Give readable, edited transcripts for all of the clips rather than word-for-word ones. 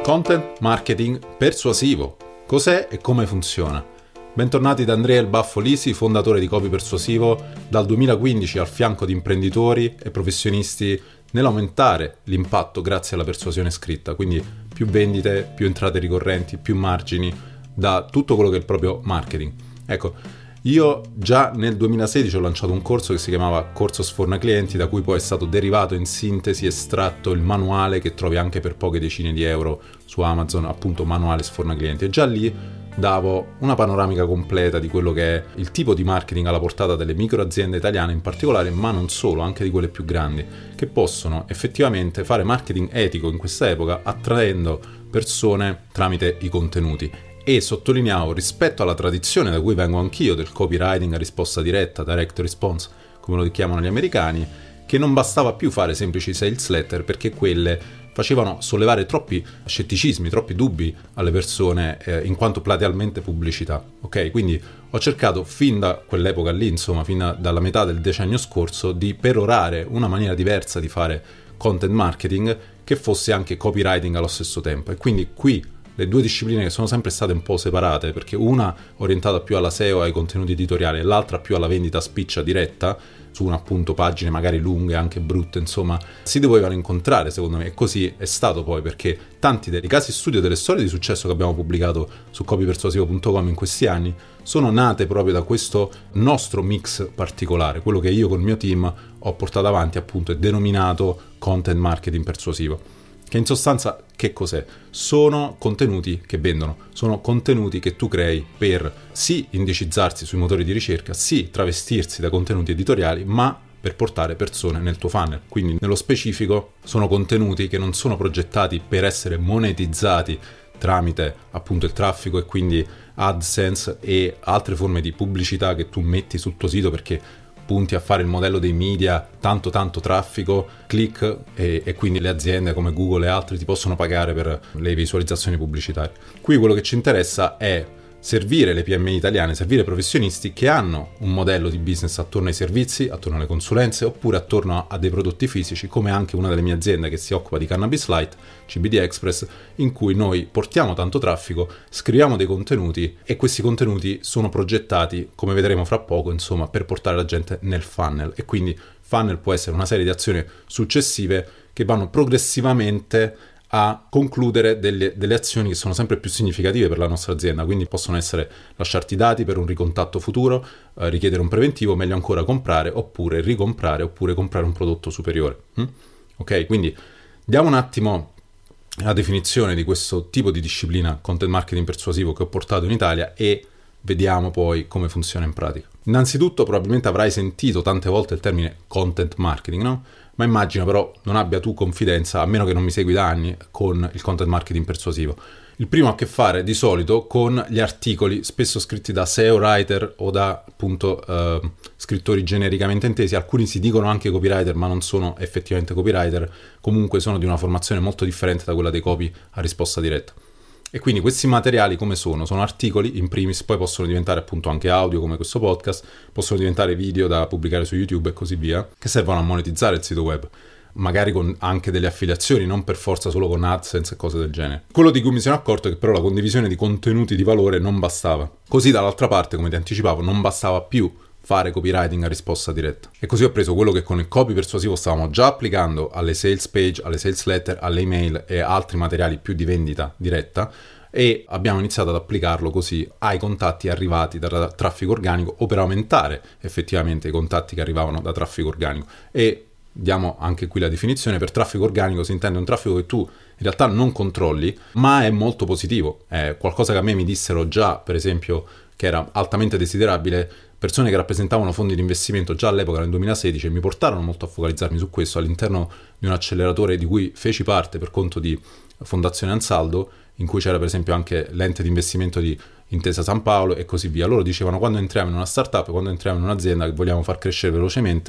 Content marketing persuasivo. Cos'è e come funziona? Bentornati da Andrea Il Baffo Lisi, fondatore di Copy Persuasivo, dal 2015 al fianco di imprenditori e professionisti nell'aumentare l'impatto grazie alla persuasione scritta, quindi più vendite, più entrate ricorrenti, più margini da tutto quello che è il proprio marketing. Ecco, io già nel 2016 ho lanciato un corso che si chiamava Corso Sforna Clienti, da cui poi è stato derivato in sintesi estratto il manuale che trovi anche per poche decine di euro su Amazon, appunto Manuale Sforna Clienti, e già lì davo una panoramica completa di quello che è il tipo di marketing alla portata delle micro aziende italiane in particolare, ma non solo, anche di quelle più grandi, che possono effettivamente fare marketing etico in questa epoca attraendo persone tramite i contenuti. E sottolineavo, rispetto alla tradizione da cui vengo anch'io, del copywriting a risposta diretta, direct response, come lo chiamano gli americani, che non bastava più fare semplici sales letter perché quelle facevano sollevare troppi scetticismi, troppi dubbi alle persone in quanto platealmente pubblicità. Ok? Quindi ho cercato fin da quell'epoca lì, insomma, fin dalla metà del decennio scorso, di perorare una maniera diversa di fare content marketing che fosse anche copywriting allo stesso tempo. E quindi qui le due discipline che sono sempre state un po' separate, perché una orientata più alla SEO, ai contenuti editoriali, e l'altra più alla vendita spiccia diretta, su appunto pagine magari lunghe, anche brutte, insomma, si dovevano incontrare secondo me, e così è stato poi, perché tanti dei casi studio delle storie di successo che abbiamo pubblicato su copypersuasivo.com in questi anni sono nate proprio da questo nostro mix particolare, quello che io col mio team ho portato avanti appunto e denominato content marketing persuasivo. Che in sostanza che cos'è? Sono contenuti che vendono, sono contenuti che tu crei per sì indicizzarsi sui motori di ricerca, sì travestirsi da contenuti editoriali, ma per portare persone nel tuo funnel. Quindi nello specifico sono contenuti che non sono progettati per essere monetizzati tramite appunto il traffico e quindi AdSense e altre forme di pubblicità che tu metti sul tuo sito perché punti a fare il modello dei media, tanto traffico, click e quindi le aziende come Google e altri ti possono pagare per le visualizzazioni pubblicitarie. Qui quello che ci interessa è servire le PMI italiane, servire professionisti che hanno un modello di business attorno ai servizi, attorno alle consulenze oppure attorno a dei prodotti fisici, come anche una delle mie aziende che si occupa di Cannabis Light, CBD Express, in cui noi portiamo tanto traffico, scriviamo dei contenuti e questi contenuti sono progettati, come vedremo fra poco, insomma, per portare la gente nel funnel. E quindi funnel può essere una serie di azioni successive che vanno progressivamente a concludere delle azioni che sono sempre più significative per la nostra azienda, quindi possono essere lasciarti dati per un ricontatto futuro, richiedere un preventivo, meglio ancora comprare oppure ricomprare oppure comprare un prodotto superiore. Ok, quindi diamo un attimo la definizione di questo tipo di disciplina content marketing persuasivo che ho portato in Italia e vediamo poi come funziona in pratica. Innanzitutto probabilmente avrai sentito tante volte il termine content marketing, no? Ma immagino però non abbia tu confidenza, a meno che non mi segui da anni, con il content marketing persuasivo. Il primo ha a che fare di solito con gli articoli spesso scritti da SEO writer o da appunto scrittori genericamente intesi. Alcuni si dicono anche copywriter ma non sono effettivamente copywriter, comunque sono di una formazione molto differente da quella dei copy a risposta diretta. E quindi questi materiali come sono? Sono articoli in primis, poi possono diventare appunto anche audio come questo podcast, possono diventare video da pubblicare su YouTube e così via, che servono a monetizzare il sito web, magari con anche delle affiliazioni, non per forza solo con AdSense e cose del genere. Quello di cui mi sono accorto è che però la condivisione di contenuti di valore non bastava. Così dall'altra parte, come ti anticipavo, non bastava più fare copywriting a risposta diretta. E così ho preso quello che con il copy persuasivo stavamo già applicando alle sales page, alle sales letter, alle email e altri materiali più di vendita diretta e abbiamo iniziato ad applicarlo così ai contatti arrivati da traffico organico o per aumentare effettivamente i contatti che arrivavano da traffico organico. E diamo anche qui la definizione: per traffico organico si intende un traffico che tu in realtà non controlli ma è molto positivo, è qualcosa che a me mi dissero già, per esempio, che era altamente desiderabile persone che rappresentavano fondi di investimento già all'epoca nel 2016 e mi portarono molto a focalizzarmi su questo all'interno di un acceleratore di cui feci parte per conto di Fondazione Ansaldo, in cui c'era per esempio anche l'ente di investimento di Intesa San Paolo e così via. Loro dicevano: quando entriamo in una startup, quando entriamo in un'azienda che vogliamo far crescere velocemente,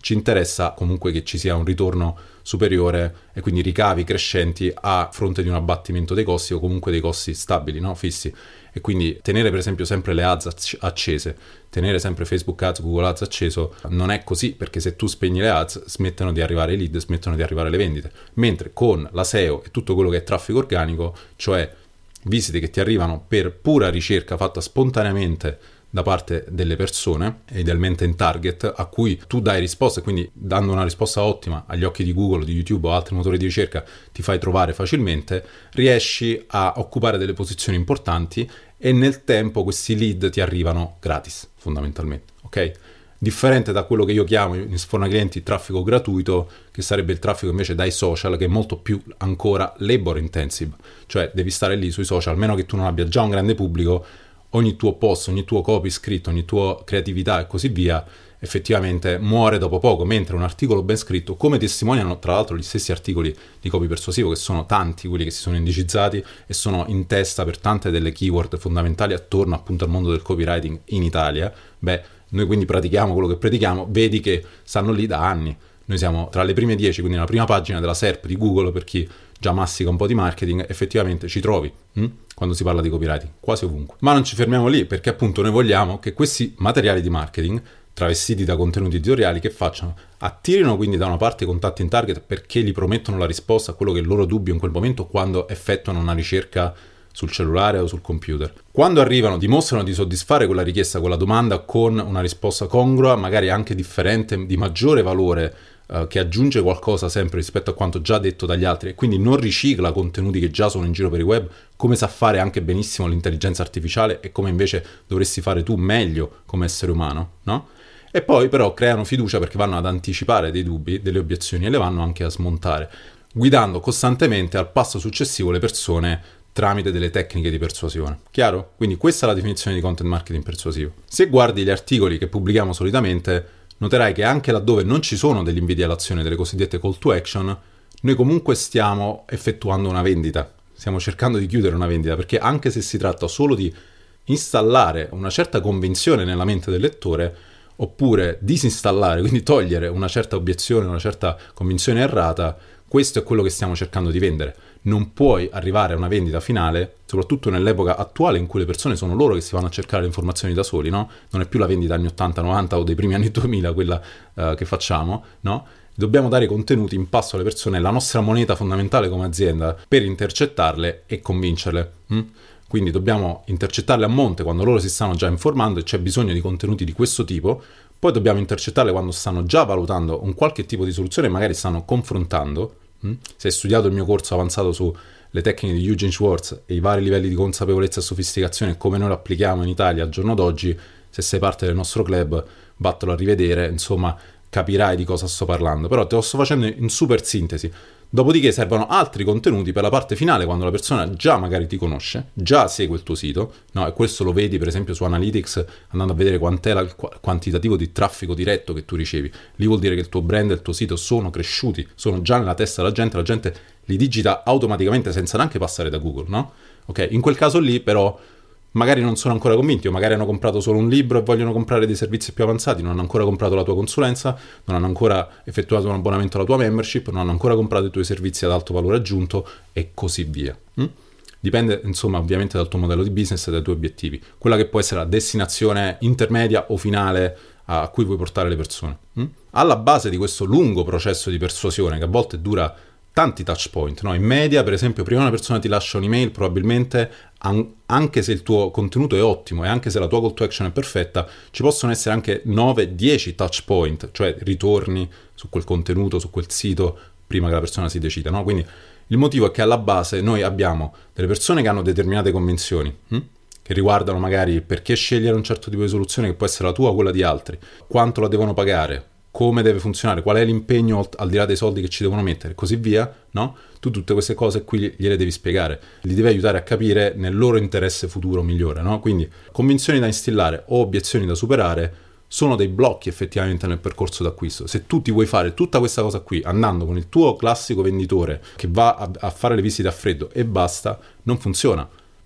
ci interessa comunque che ci sia un ritorno superiore e quindi ricavi crescenti a fronte di un abbattimento dei costi o comunque dei costi stabili, no? Fissi. E quindi tenere per esempio sempre le ads accese, tenere sempre Facebook Ads, Google Ads acceso non è così, perché se tu spegni le ads smettono di arrivare i lead, smettono di arrivare le vendite, mentre con la SEO e tutto quello che è traffico organico, cioè visite che ti arrivano per pura ricerca fatta spontaneamente da parte delle persone, idealmente in target, a cui tu dai risposta, e quindi dando una risposta ottima agli occhi di Google, di YouTube o altri motori di ricerca ti fai trovare facilmente, riesci a occupare delle posizioni importanti e nel tempo questi lead ti arrivano gratis, fondamentalmente, ok? Differente da quello che io chiamo in Sforna Clienti traffico gratuito, che sarebbe il traffico invece dai social, che è molto più ancora labor intensive, cioè devi stare lì sui social, a meno che tu non abbia già un grande pubblico, ogni tuo post, ogni tuo copy scritto, ogni tua creatività e così via, effettivamente muore dopo poco, mentre un articolo ben scritto, come testimoniano tra l'altro gli stessi articoli di copy persuasivo, che sono tanti quelli che si sono indicizzati e sono in testa per tante delle keyword fondamentali attorno appunto al mondo del copywriting in Italia, noi quindi pratichiamo quello che predichiamo, vedi che stanno lì da anni. Noi siamo tra le prime 10, quindi nella prima pagina della SERP di Google, per chi già mastica un po' di marketing, effettivamente ci trovi quando si parla di copywriting, quasi ovunque. Ma non ci fermiamo lì, perché appunto noi vogliamo che questi materiali di marketing, travestiti da contenuti editoriali, che facciano? Attirino quindi da una parte i contatti in target, perché gli promettono la risposta a quello che è il loro dubbio in quel momento quando effettuano una ricerca sul cellulare o sul computer. Quando arrivano dimostrano di soddisfare quella richiesta, quella domanda con una risposta congrua, magari anche differente, di maggiore valore, che aggiunge qualcosa sempre rispetto a quanto già detto dagli altri e quindi non ricicla contenuti che già sono in giro per il web, come sa fare anche benissimo l'intelligenza artificiale e come invece dovresti fare tu meglio come essere umano, no? E poi però creano fiducia perché vanno ad anticipare dei dubbi, delle obiezioni e le vanno anche a smontare, guidando costantemente al passo successivo le persone tramite delle tecniche di persuasione. Chiaro? Quindi questa è la definizione di content marketing persuasivo. Se guardi gli articoli che pubblichiamo solitamente, noterai che anche laddove non ci sono degli inviti all'azione, delle cosiddette call to action, noi comunque stiamo effettuando una vendita. Stiamo cercando di chiudere una vendita, perché anche se si tratta solo di installare una certa convinzione nella mente del lettore, oppure disinstallare, quindi togliere una certa obiezione, una certa convinzione errata, questo è quello che stiamo cercando di vendere. Non puoi arrivare a una vendita finale, soprattutto nell'epoca attuale in cui le persone sono loro che si vanno a cercare le informazioni da soli, no? Non è più la vendita anni 80, 90 o dei primi anni 2000 quella che facciamo, no? Dobbiamo dare contenuti in passo alle persone, la nostra moneta fondamentale come azienda, per intercettarle e convincerle. Quindi dobbiamo intercettarle a monte quando loro si stanno già informando e c'è bisogno di contenuti di questo tipo. Poi dobbiamo intercettarle quando stanno già valutando un qualche tipo di soluzione e magari stanno confrontando. Se hai studiato il mio corso avanzato sulle tecniche di Eugene Schwartz e i vari livelli di consapevolezza e sofisticazione e come noi lo applichiamo in Italia al giorno d'oggi, se sei parte del nostro club, vattelo a rivedere, insomma capirai di cosa sto parlando, però te lo sto facendo in super sintesi. Dopodiché servono altri contenuti per la parte finale, quando la persona già magari ti conosce, già segue il tuo sito, no? E questo lo vedi per esempio su Analytics, andando a vedere quant'è il quantitativo di traffico diretto che tu ricevi. Lì vuol dire che il tuo brand e il tuo sito sono cresciuti, sono già nella testa della gente, la gente li digita automaticamente senza neanche passare da Google, no? Ok, in quel caso lì però magari non sono ancora convinti, o magari hanno comprato solo un libro e vogliono comprare dei servizi più avanzati, non hanno ancora comprato la tua consulenza, non hanno ancora effettuato un abbonamento alla tua membership, non hanno ancora comprato i tuoi servizi ad alto valore aggiunto e così via. Dipende insomma ovviamente dal tuo modello di business e dai tuoi obiettivi, quella che può essere la destinazione intermedia o finale a cui vuoi portare le persone. Alla base di questo lungo processo di persuasione, che a volte dura tanti touch point, no? In media, per esempio, prima una persona ti lascia un'email, probabilmente anche se il tuo contenuto è ottimo e anche se la tua call to action è perfetta, ci possono essere anche 9-10 touch point, cioè ritorni su quel contenuto, su quel sito, prima che la persona si decida, no? Quindi il motivo è che alla base noi abbiamo delle persone che hanno determinate convinzioni, che riguardano magari perché scegliere un certo tipo di soluzione che può essere la tua o quella di altri, quanto la devono pagare, come deve funzionare, qual è l'impegno al di là dei soldi che ci devono mettere e così via, no? Tu tutte queste cose qui gliele devi spiegare, li devi aiutare a capire nel loro interesse futuro migliore, no? Quindi convinzioni da instillare o obiezioni da superare sono dei blocchi effettivamente nel percorso d'acquisto. Se tu ti vuoi fare tutta questa cosa qui andando con il tuo classico venditore che va a fare le visite a freddo e basta, non funziona.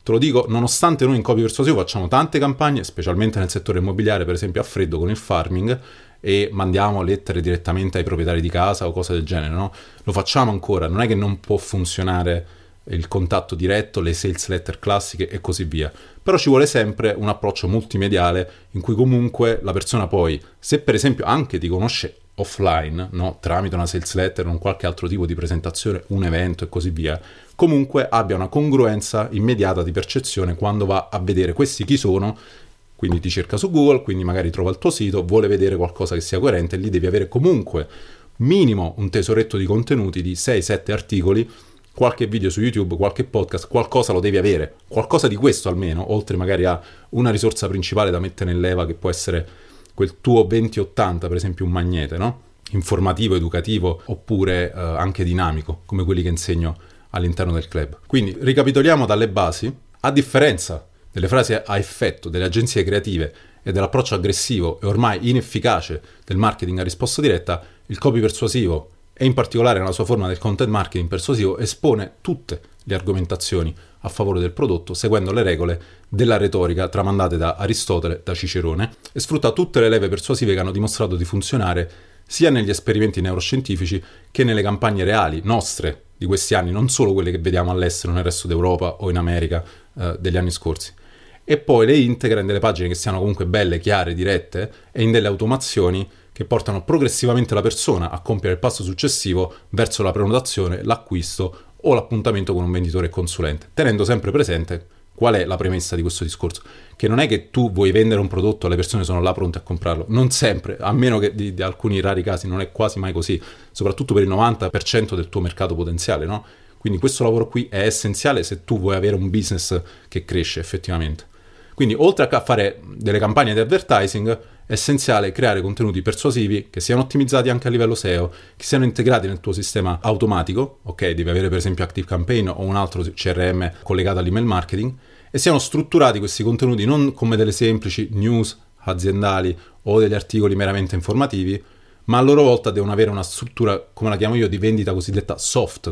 Te lo dico, nonostante noi in Copy Persuasivo facciamo tante campagne, specialmente nel settore immobiliare, per esempio a freddo con il farming, e mandiamo lettere direttamente ai proprietari di casa o cose del genere, no? Lo facciamo ancora, non è che non può funzionare il contatto diretto, le sales letter classiche e così via. Però ci vuole sempre un approccio multimediale in cui comunque la persona poi, se per esempio anche ti conosce offline, no? Tramite una sales letter o un qualche altro tipo di presentazione, un evento e così via, comunque abbia una congruenza immediata di percezione quando va a vedere questi chi sono. Quindi ti cerca su Google, quindi magari trova il tuo sito, vuole vedere qualcosa che sia coerente, e lì devi avere comunque minimo un tesoretto di contenuti di 6-7 articoli, qualche video su YouTube, qualche podcast, qualcosa lo devi avere, qualcosa di questo almeno, oltre magari a una risorsa principale da mettere in leva che può essere quel tuo 2080, per esempio un magnete, no? Informativo, educativo, oppure anche dinamico, come quelli che insegno all'interno del club. Quindi ricapitoliamo dalle basi, a differenza delle frasi a effetto, delle agenzie creative e dell'approccio aggressivo e ormai inefficace del marketing a risposta diretta, il copy persuasivo e in particolare nella sua forma del content marketing persuasivo espone tutte le argomentazioni a favore del prodotto seguendo le regole della retorica tramandate da Aristotele, da Cicerone, e sfrutta tutte le leve persuasive che hanno dimostrato di funzionare sia negli esperimenti neuroscientifici che nelle campagne reali nostre di questi anni, non solo quelle che vediamo all'estero nel resto d'Europa o in America degli anni scorsi. E poi le integra in delle pagine che siano comunque belle, chiare, dirette e in delle automazioni che portano progressivamente la persona a compiere il passo successivo verso la prenotazione, l'acquisto o l'appuntamento con un venditore consulente, tenendo sempre presente qual è la premessa di questo discorso, che non è che tu vuoi vendere un prodotto e le persone sono là pronte a comprarlo, non sempre, a meno che di alcuni rari casi, non è quasi mai così, soprattutto per il 90% del tuo mercato potenziale, no? Quindi questo lavoro qui è essenziale se tu vuoi avere un business che cresce effettivamente. Quindi oltre a fare delle campagne di advertising è essenziale creare contenuti persuasivi che siano ottimizzati anche a livello SEO, che siano integrati nel tuo sistema automatico, ok? Devi avere per esempio ActiveCampaign o un altro CRM collegato all'email marketing, e siano strutturati questi contenuti non come delle semplici news aziendali o degli articoli meramente informativi, ma a loro volta devono avere una struttura, come la chiamo io, di vendita cosiddetta soft,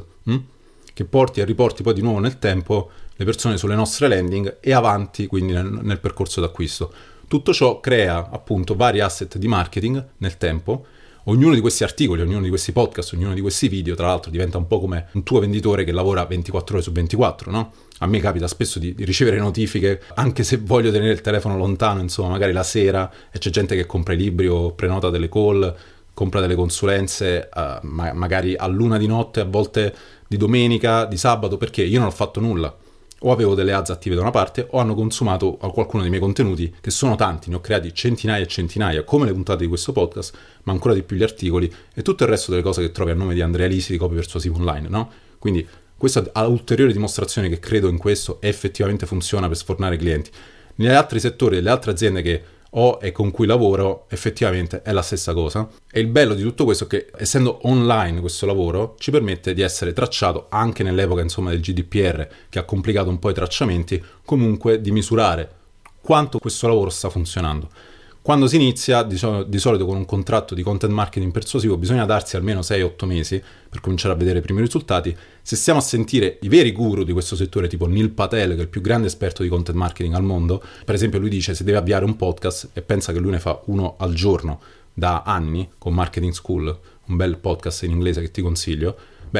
che porti e riporti poi di nuovo nel tempo le persone sulle nostre landing e avanti quindi nel percorso d'acquisto. Tutto ciò crea appunto vari asset di marketing nel tempo. Ognuno di questi articoli, ognuno di questi podcast, ognuno di questi video, tra l'altro, diventa un po' come un tuo venditore che lavora 24 ore su 24, no? A me capita spesso di ricevere notifiche, anche se voglio tenere il telefono lontano, insomma, magari la sera, e c'è gente che compra i libri o prenota delle call, compra delle consulenze, magari a luna di notte, a volte di domenica, di sabato, perché io non ho fatto nulla. O avevo delle ads attive da una parte, o hanno consumato qualcuno dei miei contenuti, che sono tanti, ne ho creati centinaia e centinaia, come le puntate di questo podcast, ma ancora di più gli articoli e tutto il resto delle cose che trovi a nome di Andrea Lisi di Copy Persuasivo Online, no? Quindi questa ha ulteriore dimostrazione che credo in questo e effettivamente funziona per sfornare clienti. Negli altri settori, delle altre aziende che ho e con cui lavoro, effettivamente è la stessa cosa. E il bello di tutto questo è che, essendo online questo lavoro, ci permette di essere tracciato anche nell'epoca, insomma, del GDPR, che ha complicato un po' i tracciamenti, comunque di misurare quanto questo lavoro sta funzionando. Quando si inizia, di solito con un contratto di content marketing persuasivo, bisogna darsi almeno 6-8 mesi per cominciare a vedere i primi risultati. Se stiamo a sentire i veri guru di questo settore, tipo Neil Patel, che è il più grande esperto di content marketing al mondo, per esempio lui dice se deve avviare un podcast e pensa che lui ne fa uno al giorno da anni, con Marketing School, un bel podcast in inglese che ti consiglio,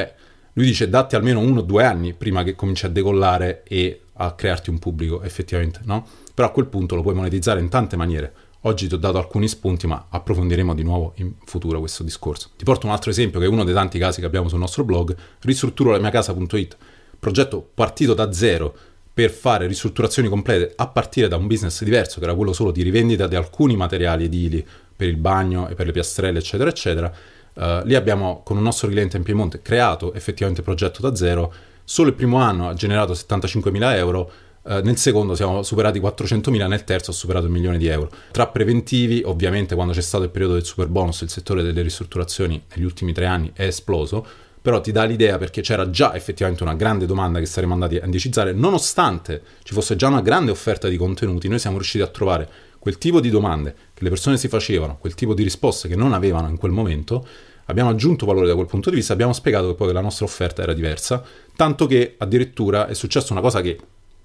lui dice datti almeno 1 o 2 anni prima che cominci a decollare e a crearti un pubblico effettivamente, no? Però a quel punto lo puoi monetizzare in tante maniere. Oggi ti ho dato alcuni spunti, ma approfondiremo di nuovo in futuro questo discorso. Ti porto un altro esempio, che è uno dei tanti casi che abbiamo sul nostro blog, ristrutturo-la-mia-casa.it, progetto partito da zero per fare ristrutturazioni complete a partire da un business diverso, che era quello solo di rivendita di alcuni materiali edili per il bagno e per le piastrelle, eccetera, eccetera. Lì abbiamo, con un nostro cliente in Piemonte, creato effettivamente il progetto da zero. Solo il primo anno ha generato 75.000 euro, nel secondo siamo superati 400.000, nel terzo ha superato 1 milione di euro. Tra preventivi, ovviamente, quando c'è stato il periodo del super bonus, il settore delle ristrutturazioni negli ultimi 3 anni è esploso, però ti dà l'idea perché c'era già effettivamente una grande domanda che saremmo andati a indicizzare. Nonostante ci fosse già una grande offerta di contenuti, noi siamo riusciti a trovare quel tipo di domande che le persone si facevano, quel tipo di risposte che non avevano in quel momento. Abbiamo aggiunto valore da quel punto di vista, abbiamo spiegato che poi la nostra offerta era diversa, tanto che addirittura è successa una cosa che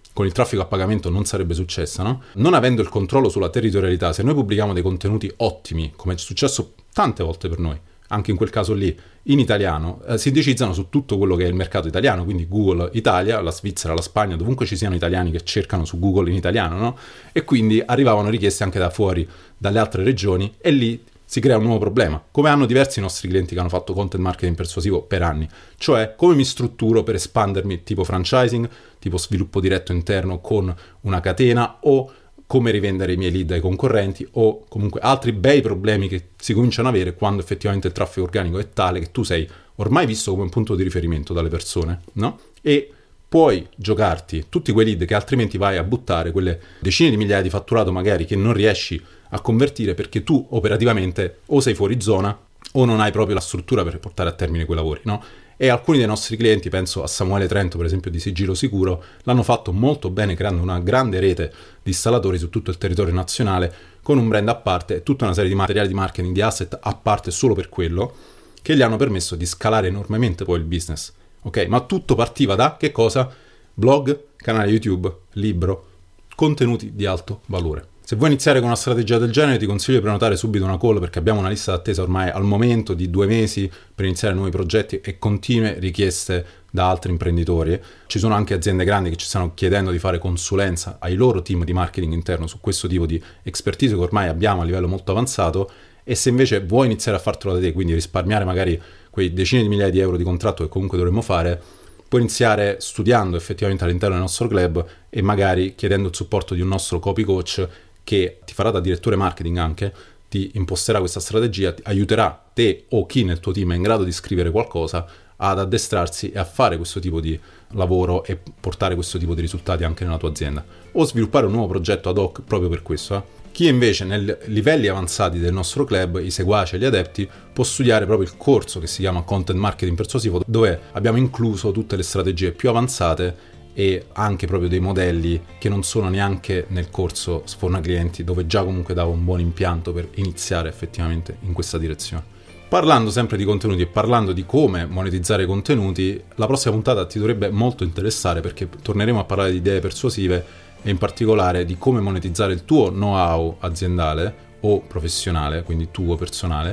con il traffico a pagamento non sarebbe successa, no? Non avendo il controllo sulla territorialità, se noi pubblichiamo dei contenuti ottimi, come è successo tante volte per noi, anche in quel caso lì, in italiano, si indicizzano su tutto quello che è il mercato italiano, quindi Google Italia, la Svizzera, la Spagna, dovunque ci siano italiani che cercano su Google in italiano, no? E quindi arrivavano richieste anche da fuori, dalle altre regioni, e lì si crea un nuovo problema, come hanno diversi nostri clienti che hanno fatto content marketing persuasivo per anni, cioè come mi strutturo per espandermi tipo franchising, tipo sviluppo diretto interno con una catena, o come rivendere i miei lead ai concorrenti, o comunque altri bei problemi che si cominciano ad avere quando effettivamente il traffico organico è tale che tu sei ormai visto come un punto di riferimento dalle persone, no? E puoi giocarti tutti quei lead che altrimenti vai a buttare, quelle decine di migliaia di fatturato magari che non riesci a convertire perché tu operativamente o sei fuori zona o non hai proprio la struttura per portare a termine quei lavori, no? E alcuni dei nostri clienti, penso a Samuele Trento per esempio di Sigillo Sicuro, l'hanno fatto molto bene creando una grande rete di installatori su tutto il territorio nazionale con un brand a parte e tutta una serie di materiali di marketing, di asset a parte solo per quello, che gli hanno permesso di scalare enormemente poi il business. Ok? Ma tutto partiva da che cosa? Blog, canale YouTube, libro, contenuti di alto valore. Se vuoi iniziare con una strategia del genere ti consiglio di prenotare subito una call perché abbiamo una lista d'attesa ormai al momento di 2 mesi per iniziare nuovi progetti e continue richieste da altri imprenditori. Ci sono anche aziende grandi che ci stanno chiedendo di fare consulenza ai loro team di marketing interno su questo tipo di expertise che ormai abbiamo a livello molto avanzato, e se invece vuoi iniziare a fartelo da te, quindi risparmiare magari quei decine di migliaia di euro di contratto che comunque dovremmo fare, puoi iniziare studiando effettivamente all'interno del nostro club e magari chiedendo il supporto di un nostro copy coach che ti farà da direttore marketing anche, ti imposterà questa strategia, ti aiuterà te o chi nel tuo team è in grado di scrivere qualcosa ad addestrarsi e a fare questo tipo di lavoro e portare questo tipo di risultati anche nella tua azienda, o sviluppare un nuovo progetto ad hoc proprio per questo. Chi invece nei livelli avanzati del nostro club, i seguaci e gli adepti, può studiare proprio il corso che si chiama Content Marketing Persuasivo, dove abbiamo incluso tutte le strategie più avanzate e anche proprio dei modelli che non sono neanche nel corso Sforna Clienti, dove già comunque davo un buon impianto per iniziare effettivamente in questa direzione. Parlando sempre di contenuti e parlando di come monetizzare i contenuti, la prossima puntata ti dovrebbe molto interessare perché torneremo a parlare di idee persuasive e in particolare di come monetizzare il tuo know-how aziendale o professionale, quindi tuo personale,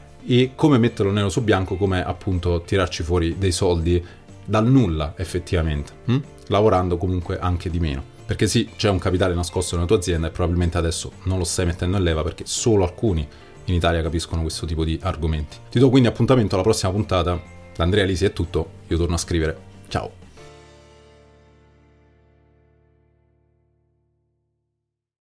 e come metterlo nero su bianco, come appunto tirarci fuori dei soldi dal nulla effettivamente, lavorando comunque anche di meno. Perché sì, c'è un capitale nascosto nella tua azienda e probabilmente adesso non lo stai mettendo in leva perché solo alcuni in Italia capiscono questo tipo di argomenti. Ti do quindi appuntamento alla prossima puntata. Da Andrea Lisi è tutto, io torno a scrivere. Ciao!